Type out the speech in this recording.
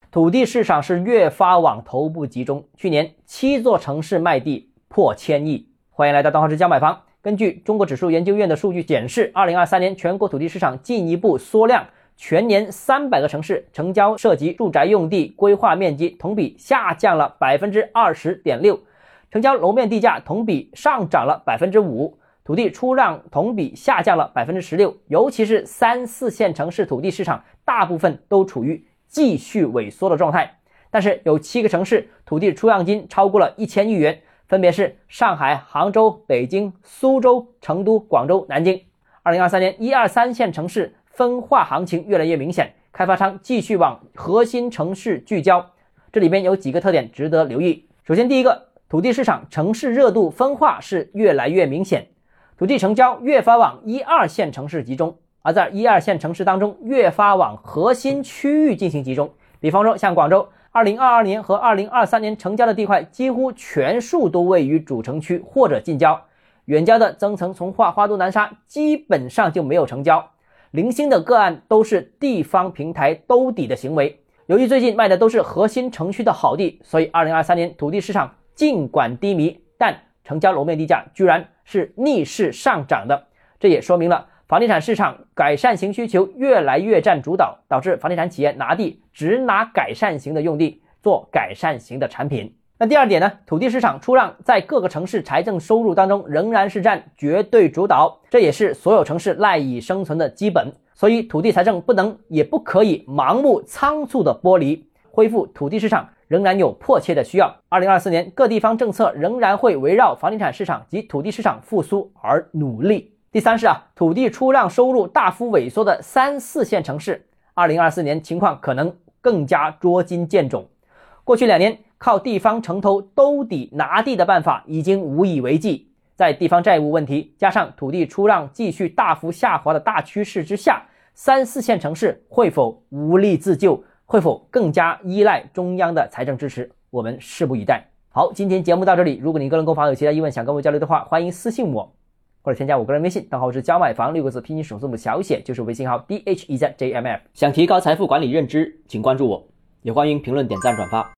土地市场是越发往头部集中，去年7座城市卖地破1000亿。欢迎来到东浩之家买房。根据中国指数研究院的数据显示，2023年全国土地市场进一步缩量，全年300个城市成交涉及住宅用地规划面积同比下降了 20.6%， 成交楼面地价同比上涨了 5%， 土地出让同比下降了 16%， 尤其是3、4线城市土地市场大部分都处于继续萎缩的状态。但是有7个城市土地出让金超过了1000亿元，分别是上海、杭州、北京、苏州、成都、广州、南京。2023年1、2、3线城市分化行情越来越明显，开发商继续往核心城市聚焦，这里边有几个特点值得留意。首先第一个，土地市场城市热度分化是越来越明显，土地成交越发往1、2线城市集中，而在1、2线城市当中越发往核心区域进行集中。比方说像广州2022年和2023年成交的地块几乎全数都位于主城区或者近郊，远郊的增城、从化、花都、南沙基本上就没有成交，零星的个案都是地方平台兜底的行为。由于最近卖的都是核心城区的好地，所以2023年土地市场尽管低迷，但成交楼面地价居然是逆势上涨的，这也说明了房地产市场改善型需求越来越占主导，导致房地产企业拿地只拿改善型的用地，做改善型的产品。那第二点呢，土地市场出让在各个城市财政收入当中仍然是占绝对主导，这也是所有城市赖以生存的基本。所以土地财政不能也不可以盲目仓促的剥离，恢复土地市场仍然有迫切的需要。2024年各地方政策仍然会围绕房地产市场及土地市场复苏而努力。第三是土地出让收入大幅萎缩的3、4线城市，2024年情况可能更加捉襟见肘。过去2年靠地方城投兜底拿地的办法已经无以为继，在地方债务问题加上土地出让继续大幅下滑的大趋势之下，3、4线城市会否无力自救，会否更加依赖中央的财政支持，我们拭目以待。好，今天节目到这里，如果你个人购房有其他疑问想跟我交流的话，欢迎私信我或者添加我个人微信，账号是教买房6个字拼音首字母小写，就是微信号 DHEZJMF。 想提高财富管理认知，请关注我，也欢迎评论、点赞、转发。